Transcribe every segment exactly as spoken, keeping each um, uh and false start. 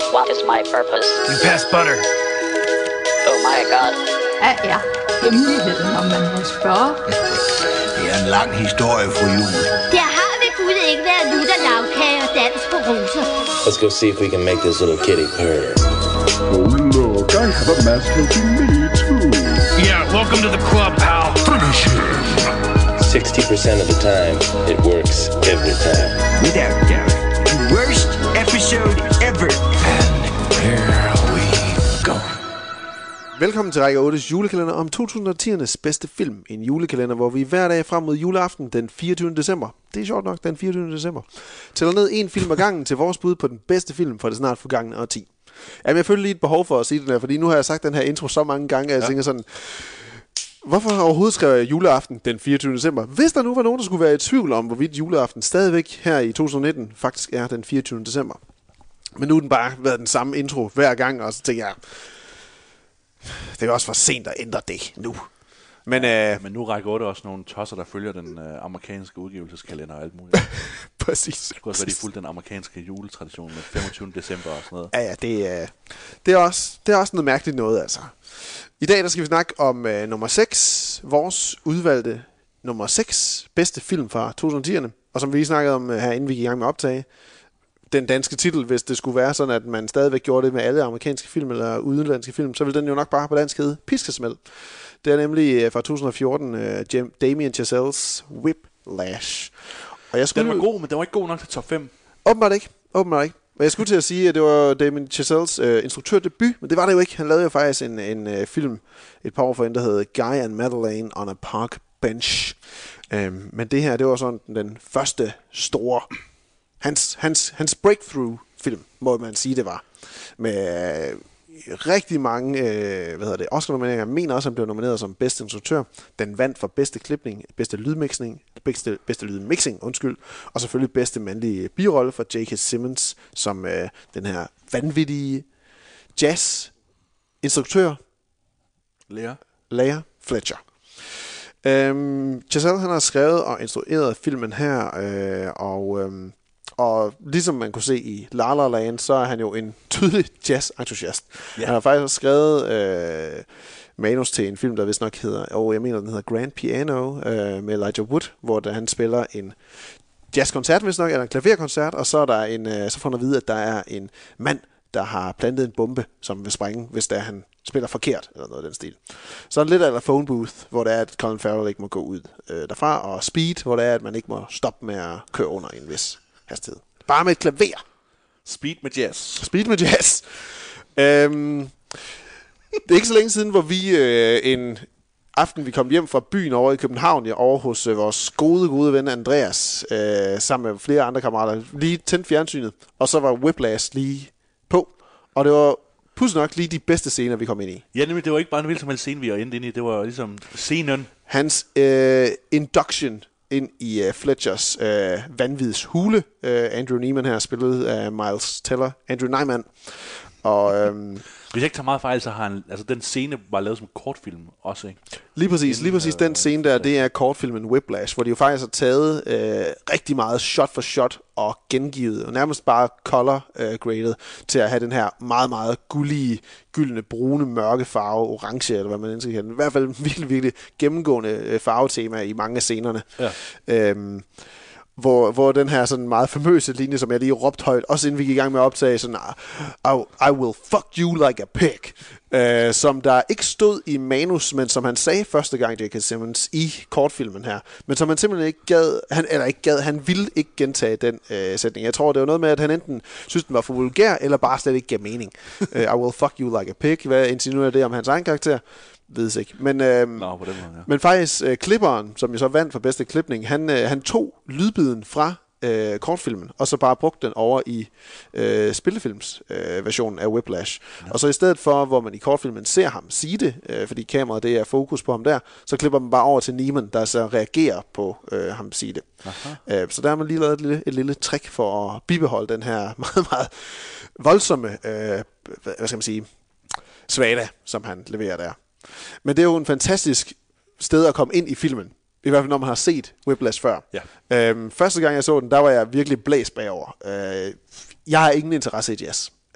What is my purpose? You pass butter. Oh my god. Hvad er hemmeligheden, om man må spørge? Det er en lang historie, fru Jul. Der har ved Gud ikke været lutter lavkage og dans på roser. Let's go see if we can make this little kitty purr. Oh look, I have a mask helping me too. Yeah, welcome to the club, pal. Finish him. sixty percent of the time, it works every time. Without doubt, the worst episode ever. And here we go. Velkommen til Række ottes julekalender om to tusind og ti'ernes bedste film. En julekalender, hvor vi hver dag frem mod juleaften den fireogtyvende december. Det er sjovt nok, den fireogtyvende december. Tæller ned en film ad gangen til vores bud på den bedste film for det snart forgangne årti. Jamen, jeg føler lige et behov for at sige den her, fordi nu har jeg sagt den her intro så mange gange, at jeg ja. tænker sådan... Hvorfor overhovedet skrev jeg juleaften den fireogtyvende december? Hvis der nu var nogen, der skulle være i tvivl om, hvorvidt juleaften stadigvæk her i to tusind nitten faktisk er den fireogtyvende december. Men nu er den bare været den samme intro hver gang, og så tænker jeg... Det er også for sent at ændre det nu. Men, ja, øh, men nu rækker otte også nogle tosser, der følger den øh, amerikanske udgivelseskalender og alt muligt. Præcis. Det kunne også være, de fulgte den amerikanske juletradition med femogtyvende december og sådan noget. Ja, ja, det, øh, det, er også, det er også noget mærkeligt noget, altså. I dag der skal vi snakke om øh, nummer seks, vores udvalgte nummer seks bedste film fra to tusind og ti'erne. Og som vi lige snakkede om øh, her, inden vi gik i gang med at optage, den danske titel, hvis det skulle være sådan, at man stadigvæk gjorde det med alle amerikanske film eller udenlandske film, så ville den jo nok bare på dansk hedde Piskesmæld. Det er nemlig fra to tusind og fjorten uh, Damien Chazelles Whiplash. Og jeg skulle... Den var god, men den var ikke god nok til top fem. Åbenbart ikke. Åbenbart ikke. Og jeg skulle til at sige, at det var Damien Chazelles uh, instruktørdebut, men det var det jo ikke. Han lavede jo faktisk en, en uh, film et par år forinden, der hedder Guy and Madeline on a Park Bench. Um, men det her, det var sådan den første store... Hans, hans, hans breakthrough-film, må man sige, det var. Med øh, rigtig mange øh, hvad hedder det, Oscar-nomineringer. Jeg mener også, at han blev nomineret som bedste instruktør. Den vandt for bedste klipning, bedste lydmixing, bedste, bedste lydmixing, undskyld. Og selvfølgelig bedste mandlige birolle for J K. Simmons, som øh, den her vanvittige jazz-instruktør. Lea. Lea Fletcher. Øhm, Chazelle, han har skrevet og instrueret filmen her, øh, og... Øh, Og ligesom man kunne se i La La Land, så er han jo en tydelig jazz-entusiast. Yeah. Han har faktisk skrevet øh, manus til en film, der vist nok hedder, og jeg mener, den hedder Grand Piano, øh, med Elijah Wood, hvor der, han spiller en jazzkoncert, vist nok, eller en klaverkoncert, og så, er der en, øh, så får han at vide, at der er en mand, der har plantet en bombe, som vil sprænge, hvis der han spiller forkert, eller noget af den stil. Så lidt af Phone Booth, hvor det er, at Colin Farrell ikke må gå ud øh, derfra, og Speed, hvor det er, at man ikke må stoppe med at køre under en vis hastighed. Bare med et klaver. Speed med jazz. Speed med jazz. Øhm, det er ikke så længe siden, hvor vi øh, en aften, vi kom hjem fra byen over i København, ja, over hos øh, vores gode, gode ven Andreas, øh, sammen med flere andre kammerater, lige tændte fjernsynet, og så var Whiplash lige på. Og det var pudsigt nok lige de bedste scener, vi kom ind i. Ja, nemlig, det var ikke bare en hvilken som helst scene, vi var inde ind i. Det var ligesom scenen. Hans øh, induction ind i uh, Fletchers uh, vanvids hule. Uh, Andrew Neiman her spillet af Miles Teller. Andrew Neiman. Og, um, hvis jeg ikke tager meget fejl, så har han... Altså, den scene var lavet som kortfilm også, ikke? Lige præcis. Lige præcis den scene der, det er kortfilmen Whiplash, hvor de jo faktisk har taget uh, rigtig meget shot for shot og gengivet, og nærmest bare color uh, graded, til at have den her meget, meget gullige, gyldne, brune, mørke farve, orange, eller hvad man endelig skal kalde den. I hvert fald virkelig, virkelig gennemgående uh, farvetema i mange af scenerne. Ja. Um, Hvor, hvor den her sådan meget famøse linje, som jeg lige råbte højt, også inden vi gik i gang med at optage, sådan, I, I will fuck you like a pig, uh, som der ikke stod i manus, men som han sagde første gang, J K. Simmons, i kortfilmen her, men som han simpelthen ikke gad, han, eller ikke gad, han ville ikke gentage den uh, sætning. Jeg tror, det var noget med, at han enten synes, den var for vulgær, eller bare slet ikke gav mening. uh, I will fuck you like a pig. Hvad insinuerer det om hans egen karakter? Ved ikke. Men, øhm, Nå, på den måde, ja. men faktisk øh, klipperen, som jo så vandt for bedste klipning, han, øh, han tog lydbiden fra øh, kortfilmen, og så bare brugte den over i øh, spillefilmsversionen øh, versionen af Whiplash. Ja. Og så i stedet for, hvor man i kortfilmen ser ham sige det, øh, fordi kameraet det er fokus på ham der, så klipper man bare over til Neiman, der så reagerer på øh, ham sige det. Øh, så der har man lige lavet et lille, et lille trick for at bibeholde den her meget, meget voldsomme, øh, hvad skal man sige, svada, som han leverer der. Men det er jo en fantastisk sted at komme ind i filmen. I hvert fald når man har set Whiplash før. Ja. Øhm, første gang jeg så den, der var jeg virkelig blæst bagover. Øh, jeg har ingen interesse i jazz.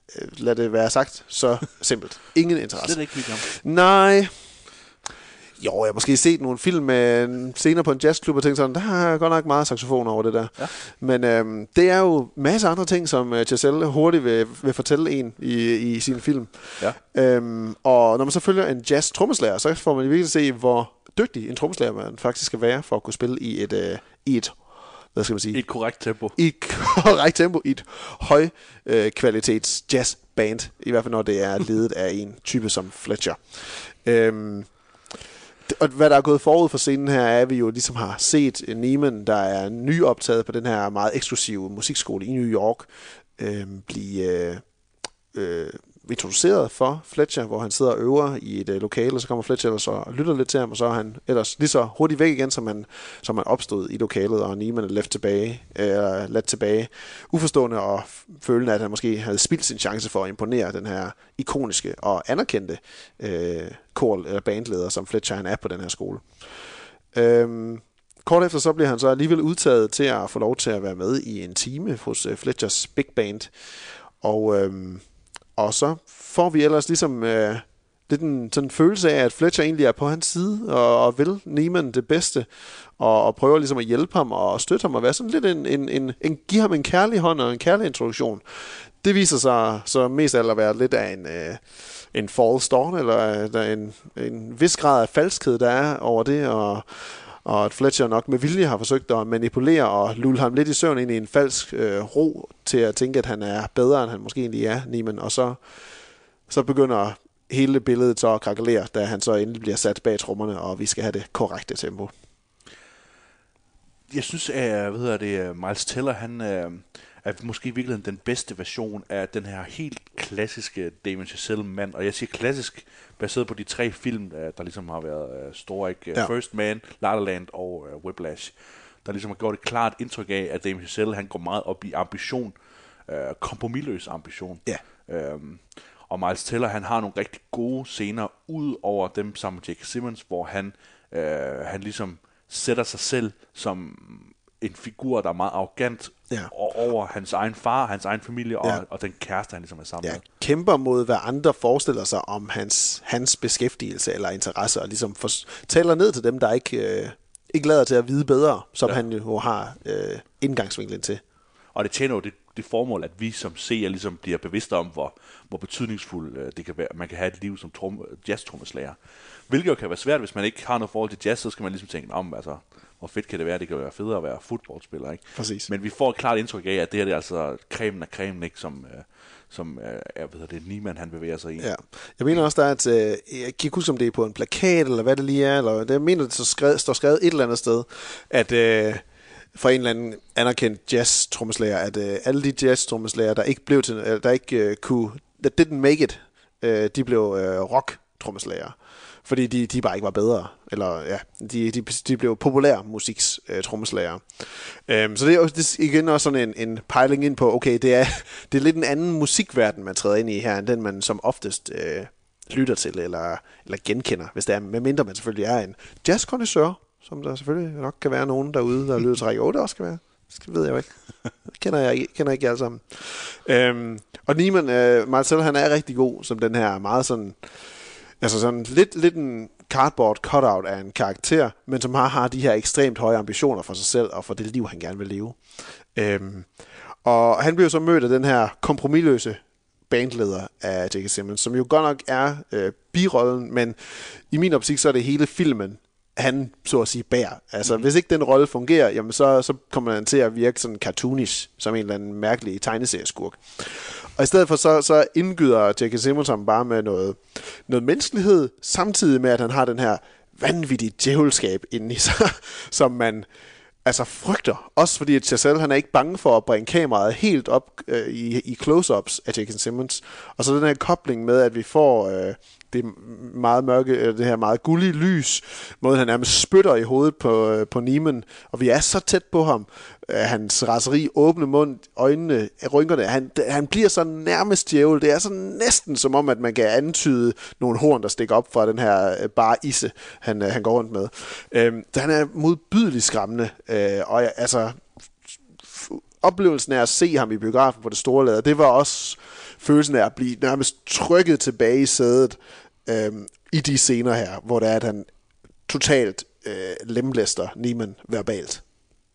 lad det være sagt, så simpelt. Ingen interesse. Slet ikke vidt om. Nej. Jo, jeg har måske set nogle film med scener på en jazzklub og tænkt sådan, der har godt nok meget saxofon over det der. Ja. Men øhm, det er jo masser af andre ting, som øh, Chazelle hurtigt vil, vil fortælle en i, i sin film. Ja. Øhm, og når man så følger en jazz-trommeslager, så får man virkelig se, hvor dygtig en trommeslager man faktisk skal være for at kunne spille i et, øh, i et hvad skal man sige? I et korrekt tempo. I et korrekt tempo, i et høj øh, kvalitets jazzband, i hvert fald når det er ledet af en type som Fletcher. Øhm, Og hvad der er gået forud for scenen her, er, at vi jo ligesom har set Neiman, der er nyoptaget på den her meget eksklusive musikskole i New York, øh, blive øh, øh, introduceret for Fletcher, hvor han sidder og øver i et øh, lokale, og så kommer Fletcher ellers og lytter lidt til ham, og så er han ellers lige så hurtigt væk igen, som han, som han opstod i lokalet, og Neiman er left tilbage, øh, ladt tilbage, uforstående og følende, at han måske havde spildt sin chance for at imponere den her ikoniske og anerkendte øh, kor- eller bandleder, som Fletcher han er på den her skole. Øhm, kort efter så bliver han så alligevel udtaget til at få lov til at være med i en time hos øh, Fletchers Big Band, og øhm, Og så får vi ellers ligesom øh, lidt en sådan følelse af, at Fletcher egentlig er på hans side, og, og vil Neiman det bedste, og, og prøver ligesom at hjælpe ham, og støtte ham, og være sådan lidt en, en, en, en, give ham en kærlig hånd, og en kærlig introduktion. Det viser sig så mest af alt at være lidt af en, øh, en false dawn, eller der er en, en vis grad af falskhed, der er over det, og og at Fletcher nok med vilje har forsøgt at manipulere og lulle ham lidt i søvn ind i en falsk øh, ro til at tænke, at han er bedre, end han måske egentlig er, Neiman. Og så, så begynder hele billedet så at krakelere, da han så endelig bliver sat bag trommerne, og vi skal have det korrekte tempo. Jeg synes, at hvad hedder det, Miles Teller, han øh, er måske i virkeligheden den bedste version af den her helt klassiske Damien Chazelle-mand. Og jeg siger klassisk, baseret på de tre film, der ligesom har været øh, store, ikke? Ja. First Man, La La Land og øh, Whiplash. Der ligesom har gjort et klart indtryk af, at Damien Chazelle, han går meget op i ambition, øh, kompromisløs ambition. Ja. Øhm, og Miles Teller, han har nogle rigtig gode scener, ud over dem sammen med J K. Simmons, hvor han, øh, han ligesom sætter sig selv som en figur, der er meget arrogant, ja, over hans egen far, hans egen familie, og, ja, og den kæreste, han ligesom er sammen, ja, med. Kæmper mod, hvad andre forestiller sig om hans, hans beskæftigelse eller interesse, og ligesom for, taler ned til dem, der ikke, øh, ikke lader til at vide bedre, som, ja, han jo har øh, indgangsvinklen til. Og det tjener jo det, det formål, at vi som seere ligesom bliver bevidste om, hvor, hvor betydningsfuldt øh, det kan være. Man kan have et liv som trum, jazz-trommeslager. Hvilket jo kan være svært, hvis man ikke har noget forhold til jazz, så skal man ligesom tænke om, altså, hvor fedt kan det være, det kan være federe at være fodboldspiller, ikke? Præcis. Men vi får et klart indtryk af, at det her det er altså cremen af cremen, ikke, som, øh, som øh, er, hvad det, Neiman, han bevæger sig i. Ja. Jeg mener også, der er at, øh, jeg kan ikke huske, om det er på en plakat, eller hvad det lige er, eller det, jeg mener, det så skrevet, står skrevet et eller andet sted, at øh, fra en eller anden anerkendt jazz-trommeslager, at øh, alle de jazz-trommeslager, der ikke blev til, øh, der ikke øh, kunne, that didn't make it, øh, de blev øh, rock-trommeslager. Fordi de, de bare ikke var bedre. Eller ja, de, de, de blev populære musiks øh, trommeslager. Øhm, så det er jo det er igen også sådan en, en pejling ind på, okay, det er, det er lidt en anden musikverden, man træder ind i her, end den man som oftest øh, lytter til, eller, eller genkender, hvis det er, medmindre man selvfølgelig er en jazzkondisseur, som der selvfølgelig nok kan være nogen derude, der lytter til række. Oh, det også kan være. Det ved jeg jo ikke. Kender jeg ikke, kender ikke alle sammen. Øhm, og Neiman, øh, Marcel, han er rigtig god, som den her meget sådan, altså sådan lidt, lidt en cardboard cutout af en karakter, men som har, har de her ekstremt høje ambitioner for sig selv, og for det liv, han gerne vil leve. Øhm, og han bliver så mødt af den her kompromisløse bandleder af J K. Simmons, som jo godt nok er øh, birollen, men i min optik, så er det hele filmen, han så at sige bærer. Altså, mm-hmm. hvis ikke den rolle fungerer, jamen så, så kommer han til at virke sådan cartoonish, som en eller anden mærkelig tegneserieskurk. Og i stedet for, så, så indgyder J K. Simmons ham bare med noget, noget menneskelighed, samtidig med, at han har den her vanvittige djævelskab inde i sig, som man altså frygter. Også fordi, at Chazelle, han er ikke bange for at bringe kameraet helt op øh, i, i close-ups af J K. Simmons. Og så den her kobling med, at vi får øh, det meget mørke, det her meget gullige lys, måden han nærmest spytter i hovedet på, øh, på Neiman, og vi er så tæt på ham. Øh, hans raseri, åbne mund, øjnene, rynkerne, han, han bliver så nærmest djævel. Det er så næsten som om, at man kan antyde nogle horn, der stikker op fra den her øh, bare isse, han, øh, han går rundt med. Øh, han er modbydeligt skræmmende, øh, og altså oplevelsen af at se ham i biografen på det store lærred, det var også følelsen af at blive nærmest trykket tilbage i sædet øhm, i de scener her, hvor det er, at han totalt øh, lemlæster Neiman verbalt.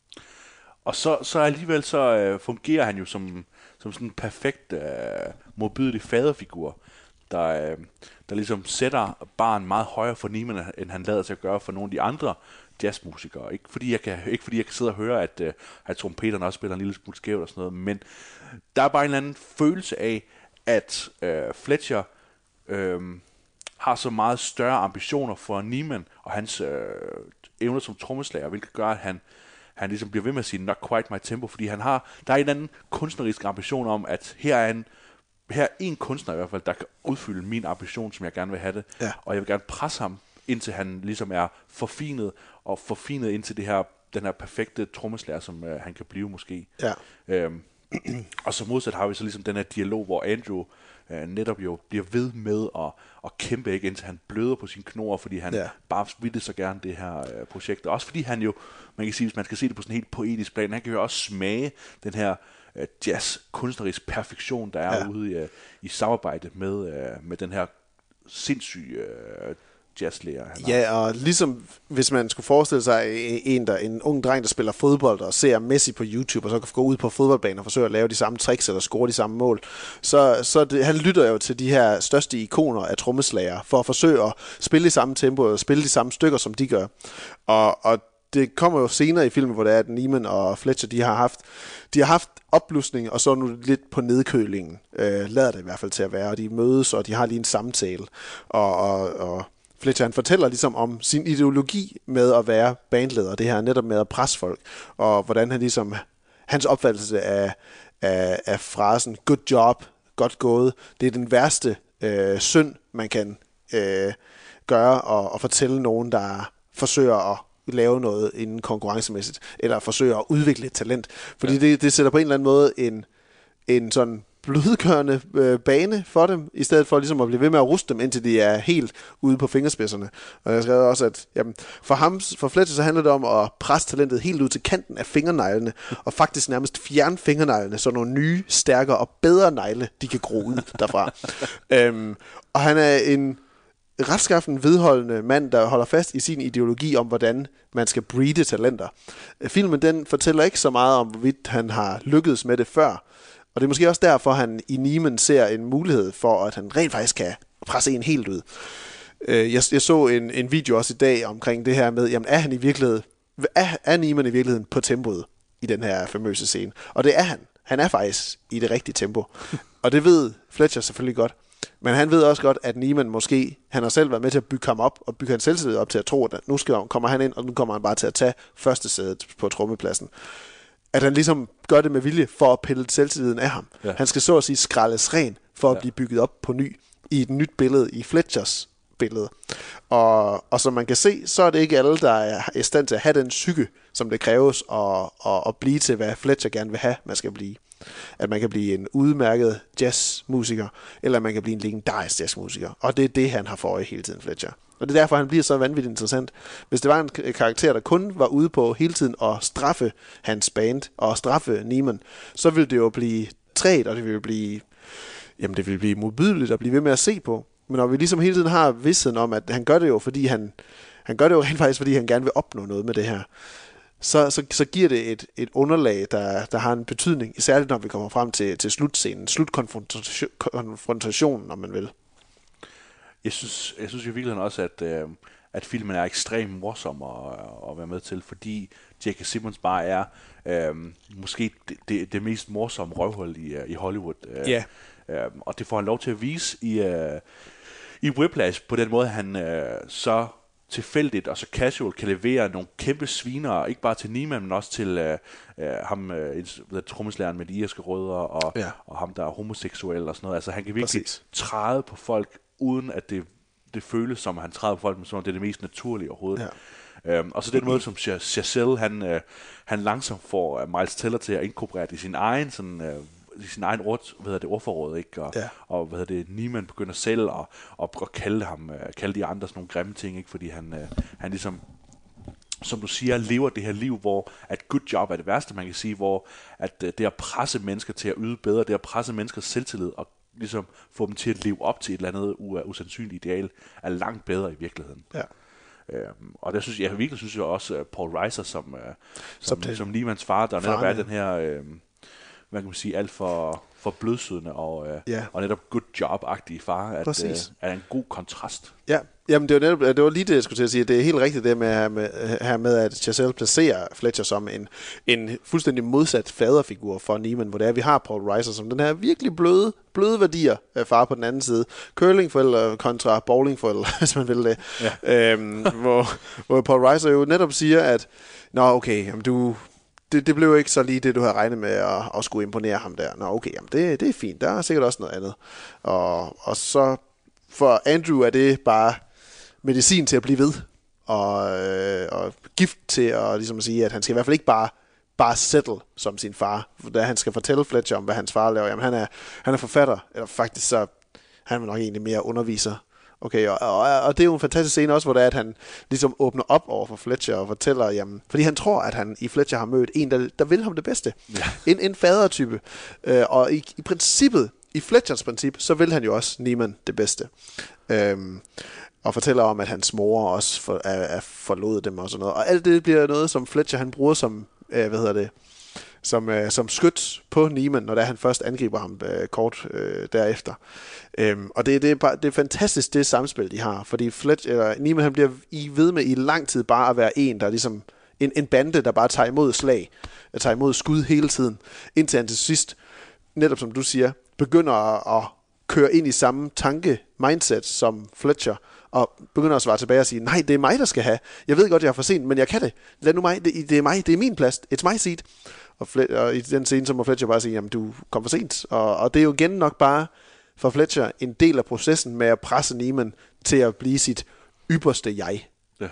Og så, så alligevel så øh, fungerer han jo som, som sådan en perfekt øh, modbydelig faderfigur, der, øh, der ligesom sætter barn meget højere for Neiman, end han lader til at gøre for nogle af de andre jazzmusikere. Ikke fordi jeg kan, ikke fordi jeg kan sidde og høre, at, øh, at trompeterne også spiller en lille smule skævt og sådan noget, men der er bare en eller anden følelse af, at øh, Fletcher øh, har så meget større ambitioner for Neiman og hans øh, evner som trommeslager, hvilket gør, at han han ligesom bliver ved med at sige, not quite my tempo, fordi han har, der er en anden kunstnerisk ambition om, at her er en, her er en kunstner i hvert fald, der kan udfylde min ambition, som jeg gerne vil have det, ja. Og jeg vil gerne presse ham, indtil han ligesom er forfinet, og forfinet indtil det her, den her perfekte trommeslager, som øh, han kan blive måske. Ja. Øhm, og så modsat har vi så ligesom den her dialog, hvor Andrew øh, netop jo bliver ved med at, at kæmpe, ikke, indtil han bløder på sine knor, fordi han ja. bare ville så gerne det her øh, projekt. Også fordi han jo, man kan sige, hvis man skal se det på sådan en helt poetisk plan, han kan jo også smage den her øh, jazz-kunstnerisk perfektion, der er ja. ude i, øh, i samarbejde med, øh, med den her sindssyge øh, jazzlærer. Ja, og ligesom hvis man skulle forestille sig en, der, en ung dreng, der spiller fodbold og ser Messi på YouTube, og så kan gå ud på fodboldbanen og forsøge at lave de samme tricks eller score de samme mål, så, så det, han lytter jo til de her største ikoner af trommeslager for at forsøge at spille i samme tempo og spille de samme stykker, som de gør. Og, og det kommer jo senere i filmen, hvor det er, at Neiman og Fletcher, de har haft, de har haft opblusning, og så nu lidt på nedkølingen, øh, lader det i hvert fald til at være, og de mødes, og de har lige en samtale, og, og, og Fletcher, han fortæller ligesom om sin ideologi med at være bandleder, det her netop med at presse folk, og hvordan han ligesom, hans opfattelse af, af, af frasen, good job, godt gået, det er den værste øh, synd, man kan øh, gøre, og, og fortælle nogen, der forsøger at lave noget inden konkurrencemæssigt, eller forsøger at udvikle et talent, fordi ja. det, det sætter på en eller anden måde en, en sådan blødgørende øh, bane for dem, i stedet for ligesom at blive ved med at ruste dem, indtil de er helt ude på fingerspidserne. Og jeg skrev også, at jamen, for ham, for Fletcher, så handler det om at presse talentet helt ud til kanten af fingerneglene, og faktisk nærmest fjerne fingerneglene, så nogle nye, stærkere og bedre negle, de kan gro ud derfra. øhm, og han er en retskaffen, vedholdende mand, der holder fast i sin ideologi om, hvordan man skal breede talenter. Filmen, den fortæller ikke så meget om, hvorvidt han har lykkedes med det før, og det er måske også derfor, han i Neiman ser en mulighed for, at han rent faktisk kan presse en helt ud. Jeg, jeg så en, en video også i dag omkring det her med, jamen er han i virkeligheden, er, er Neiman i virkeligheden på tempoet i den her famøse scene? Og det er han. Han er faktisk i det rigtige tempo. Og det ved Fletcher selvfølgelig godt. Men han ved også godt, at Neiman måske, han har selv været med til at bygge ham op, og bygge hans selvtillid op til at tro, at nu skal, kommer han ind, og nu kommer han bare til at tage første sædet på trommepladsen. At han ligesom gør det med vilje for at pille selvtilliden af ham. Ja. Han skal så at sige skraldes ren for at ja. blive bygget op på ny i et nyt billede, i Fletchers billede. Og, og som man kan se, så er det ikke alle, der er i stand til at have den psyke, som det kræves at, at, at blive til, hvad Fletcher gerne vil have, man skal blive. At man kan blive en udmærket jazzmusiker, eller man kan blive en legendarisk jazzmusiker. Og det er det, han har for øje hele tiden, Fletcher. Og det er derfor, han bliver så vanvittigt interessant. Hvis det var en karakter, der kun var ude på hele tiden at straffe hans band, og straffe Neiman, så ville det jo blive træt, og det ville blive, jamen det ville blive modbydeligt at blive ved med at se på. Men når vi ligesom hele tiden har vidstheden om, at han gør det jo, fordi han, han gør det jo rent faktisk, fordi han gerne vil opnå noget med det her, så, så, så giver det et, et underlag, der, der har en betydning, særligt når vi kommer frem til, til slutscenen, slutkonfrontationen, om man vil. Jeg synes, jeg synes jo virkelig også, at, øh, at filmen er ekstremt morsom at, at være med til, fordi J K. Simmons bare er øh, måske det, det, det mest morsomme røvhul i, i Hollywood. Ja. Øh, øh, og det får han lov til at vise i, øh, i Whiplash på den måde, han øh, så tilfældigt og så casual kan levere nogle kæmpe sviner, ikke bare til Neiman, men også til øh, øh, ham, øh, trommeslæren med de irske rødder, og, ja. og ham, der er homoseksuel og sådan noget. Altså han kan virkelig Præcis. træde på folk, uden at det, det føles som, at han træder på folk, men som det er det mest naturlige overhovedet. Ja. Øhm, og så den måde, som Chazelle, han, øh, han langsomt får uh, Miles Teller til at inkorporere det i sin egen sådan, øh, i sin egen ord, hvad hedder det, ordforråd, ikke? Og, ja. og hvad hedder det, Neiman begynder selv at, at, at kalde ham, uh, kalde de andre sådan nogle grimme ting, ikke? Fordi han, uh, han ligesom som du siger, lever det her liv, hvor at good job er det værste, man kan sige, hvor at det at presse mennesker til at yde bedre, det at presse menneskers selvtillid og ligesom få dem til at leve op til et eller andet usandsynligt ideal, er langt bedre i virkeligheden. Ja. Øhm, og det synes jeg, jeg virkelig synes jeg også, uh, Paul Reiser som, uh, som, som, som Niemans far, der netop Faren, er den her, øh, hvad kan man sige, alt for, for blødsødende og, øh, ja. og netop good job-agtige far, at øh, er en god kontrast. Ja, jamen det var, netop, det var lige det, jeg skulle til at sige. Det er helt rigtigt det med, med, her med, at Chazelle placerer Fletcher som en, en fuldstændig modsat faderfigur for Niemann, hvor det er, vi har Paul Reiser som den her virkelig bløde, bløde værdier af far på den anden side. Curlingforældre kontra bowlingforældre, hvis man vil det. Ja. Øhm, hvor, hvor Paul Reiser jo netop siger, at nå okay, jamen du... Det, det blev ikke så lige det, du havde regnet med at, at skulle imponere ham der. Nå okay, jamen det, det er fint. Der er sikkert også noget andet. Og, og så for Andrew er det bare medicin til at blive ved. Og, øh, og gift til at, ligesom at sige, at han skal i hvert fald ikke bare, bare settle som sin far. Da han skal fortælle Fletcher om, hvad hans far laver. Jamen han er, han er forfatter. Eller faktisk så han er nok egentlig mere underviser. Okay, og, og, og det er jo en fantastisk scene også, hvor det er, at han ligesom åbner op over for Fletcher og fortæller, jamen, fordi han tror, at han i Fletcher har mødt en, der, der vil ham det bedste. Ja. En, en fadertype. Øh, og i, i princippet, i Fletchers princip, så vil han jo også Niemann det bedste. Øhm, og fortæller om, at hans mor også for, er, er forlod dem og sådan noget. Og alt det bliver noget, som Fletcher han bruger som, øh, hvad hedder det, som, øh, som skyt på Niemann, når der han først angriber ham øh, kort øh, derefter. Øhm, og det, det, er bare, det er fantastisk, det samspil, de har. Fordi Fletcher, eller Niemann, han bliver i ved med i lang tid bare at være en, der er ligesom en, en bande, der bare tager imod slag, der tager imod skud hele tiden, indtil han til sidst, netop som du siger, begynder at, at køre ind i samme tanke, mindset som Fletcher, og begynder at svare tilbage og sige, nej, det er mig, der skal have. Jeg ved godt, jeg er for sent, men jeg kan det. Lad nu mig, det, det er mig, det er min plads. It's my seat. Og, Flet, og i den scene, så må Fletcher bare sige, jamen, du kom for sent. Og, og det er jo igen nok bare for Fletcher en del af processen med at presse Niemann til at blive sit ypperste jeg. Ja.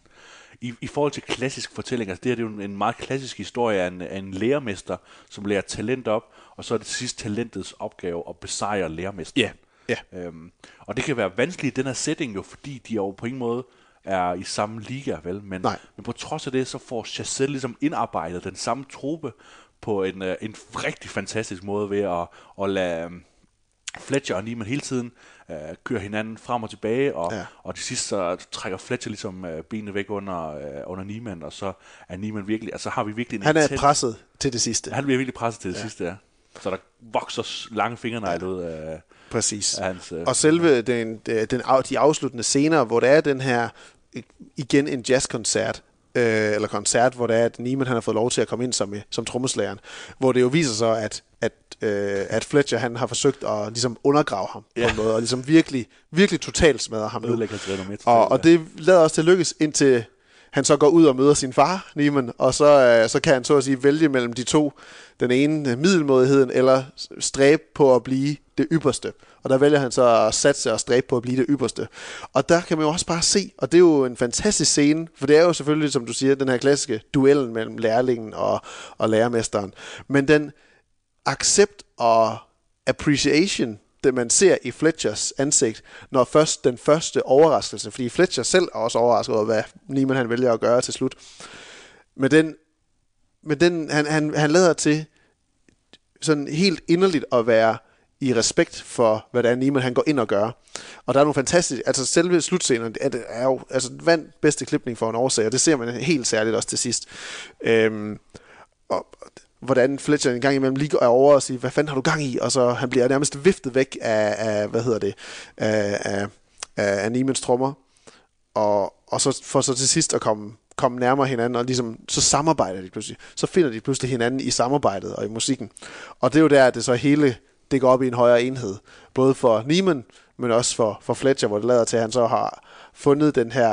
I, I forhold til klassisk fortælling, altså det her det er jo en meget klassisk historie af en, af en lærermester, som lærer talent op, og så er det til sidst talentets opgave at besejre lærermesteren. Ja. Ja. Øhm, og det kan være vanskeligt i den her setting jo, fordi de jo på ingen måde er i samme liga, vel? Men, men på trods af det, så får Chazelle ligesom indarbejdet den samme truppe på en, uh, en rigtig fantastisk måde ved at, at lade um, Fletcher og Niemann hele tiden uh, køre hinanden frem og tilbage, og, ja. og til sidst så trækker Fletcher ligesom uh, benene væk under, uh, under Niemann, og så er Niemann virkelig, altså har vi virkelig en Han er intent, presset til det sidste. Han bliver virkelig presset til det ja. sidste, ja. Så der vokser lange fingernegle ja. ud af Præcis. af hans... Uh, og selve den, den, de afsluttende scener, hvor der er den her, igen en jazzkoncert, øh, eller koncert, hvor der er, at Niemann han har fået lov til at komme ind som, som trommeslageren, hvor det jo viser sig, at, at, øh, at Fletcher han har forsøgt at ligesom undergrave ham ja. på en måde, og ligesom virkelig, virkelig totalt smadre ham nu. Og, og det lader også til lykkes, indtil han så går ud og møder sin far, Niemann, og så, øh, så kan han så at sige vælge mellem de to, den ene middelmådigheden, eller stræbe på at blive det ypperste. Og der vælger han så at satse og stræbe på at blive det ypperste. Og der kan man jo også bare se, og det er jo en fantastisk scene, for det er jo selvfølgelig, som du siger, den her klassiske duellen mellem lærlingen og, og lærermesteren. Men den accept og appreciation, det man ser i Fletchers ansigt, når først den første overraskelse, fordi Fletcher selv er også overrasket over, hvad Niemann han vælger at gøre til slut. Men den, men den han, han, han lader til sådan helt inderligt at være i respekt for, hvad det er, Niemann han går ind og gør. Og der er nogle fantastiske, altså selve slutscenen er, er jo altså vand bedste klipning for en årsag, og det ser man helt særligt også til sidst. Øhm, og hvordan Fletcher en gang imellem lige går over og siger, hvad fanden har du gang i? Og så han bliver nærmest viftet væk af, af hvad hedder det, af, af, af, af Niemanns trommer. Og, og så for så til sidst at komme, komme nærmere hinanden, og ligesom, så samarbejder de pludselig. Så finder de pludselig hinanden i samarbejdet og i musikken. Og det er jo der, at det så hele, det går op i en højere enhed. Både for Niemann, men også for, for Fletcher, hvor det lader til, at han så har fundet den her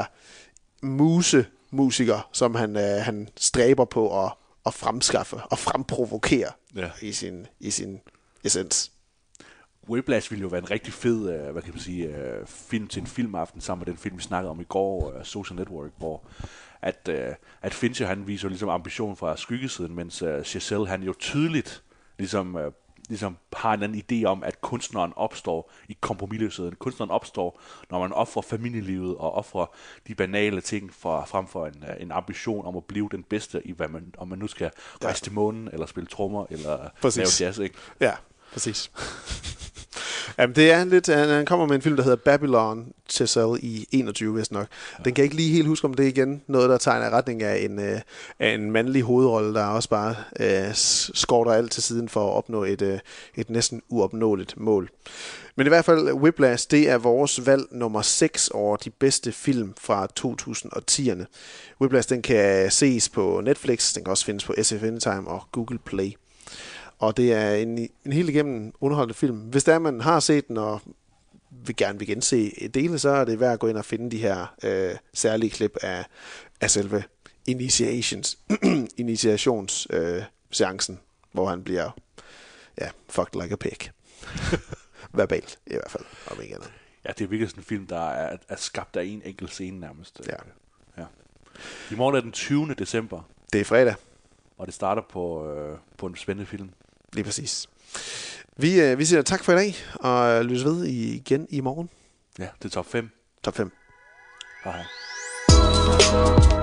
muse-musiker, som han, øh, han stræber på at og fremskaffe og fremprovokere ja. i sin i sin essens. Whiplash ville jo være en rigtig fed, uh, hvad kan man sige, uh, film til en filmaften sammen med den film vi snakkede om i går, uh, Social Network, hvor at uh, at Fincher han viser ligesom ambition fra skyggesiden, mens uh, Chazelle han jo tydeligt ligesom uh, ligesom har en anden idé om, at kunstneren opstår i kompromisløsheden. Kunstneren opstår, når man offrer familielivet og offrer de banale ting for, frem for en, en ambition om at blive den bedste i, hvad man, om man nu skal rejse ja. til månen, eller spille trommer, eller præcis. lave jazz, ikke? Ja, præcis. Jamen, det er lidt, han kommer med en film, der hedder Babylon Chazelle i enogtyve, vist nok. Den kan jeg ikke lige helt huske, om det er igen noget, der tegner i retning af en, øh, af en mandlig hovedrolle, der også bare øh, skorter alt til siden for at opnå et, øh, et næsten uopnåeligt mål. Men i hvert fald, Whiplash, det er vores valg nummer seks over de bedste film fra to tusind og tierne. Whiplash, den kan ses på Netflix, den kan også findes på S F Anytime og Google Play. Og det er en, en helt igennem underholdende film. Hvis der man har set den og vil gerne vil gense dele, så er det værd at gå ind og finde de her øh, særlige klip af, af selve initiations, initiationsseancen, øh, hvor han bliver ja, fucked like a pig. Verbalt i hvert fald, om ikke andet. Ja, det er virkelig sådan en film, der er, er skabt af en enkelt scene nærmest. Ja. Ja. I morgen er den tyvende december. Det er fredag. Og det starter på, øh, på en spændende film. Lige præcis. Vi, øh, vi siger tak for i dag, og lyttes ved igen i morgen. Ja, det er top fem. Top fem. Hej.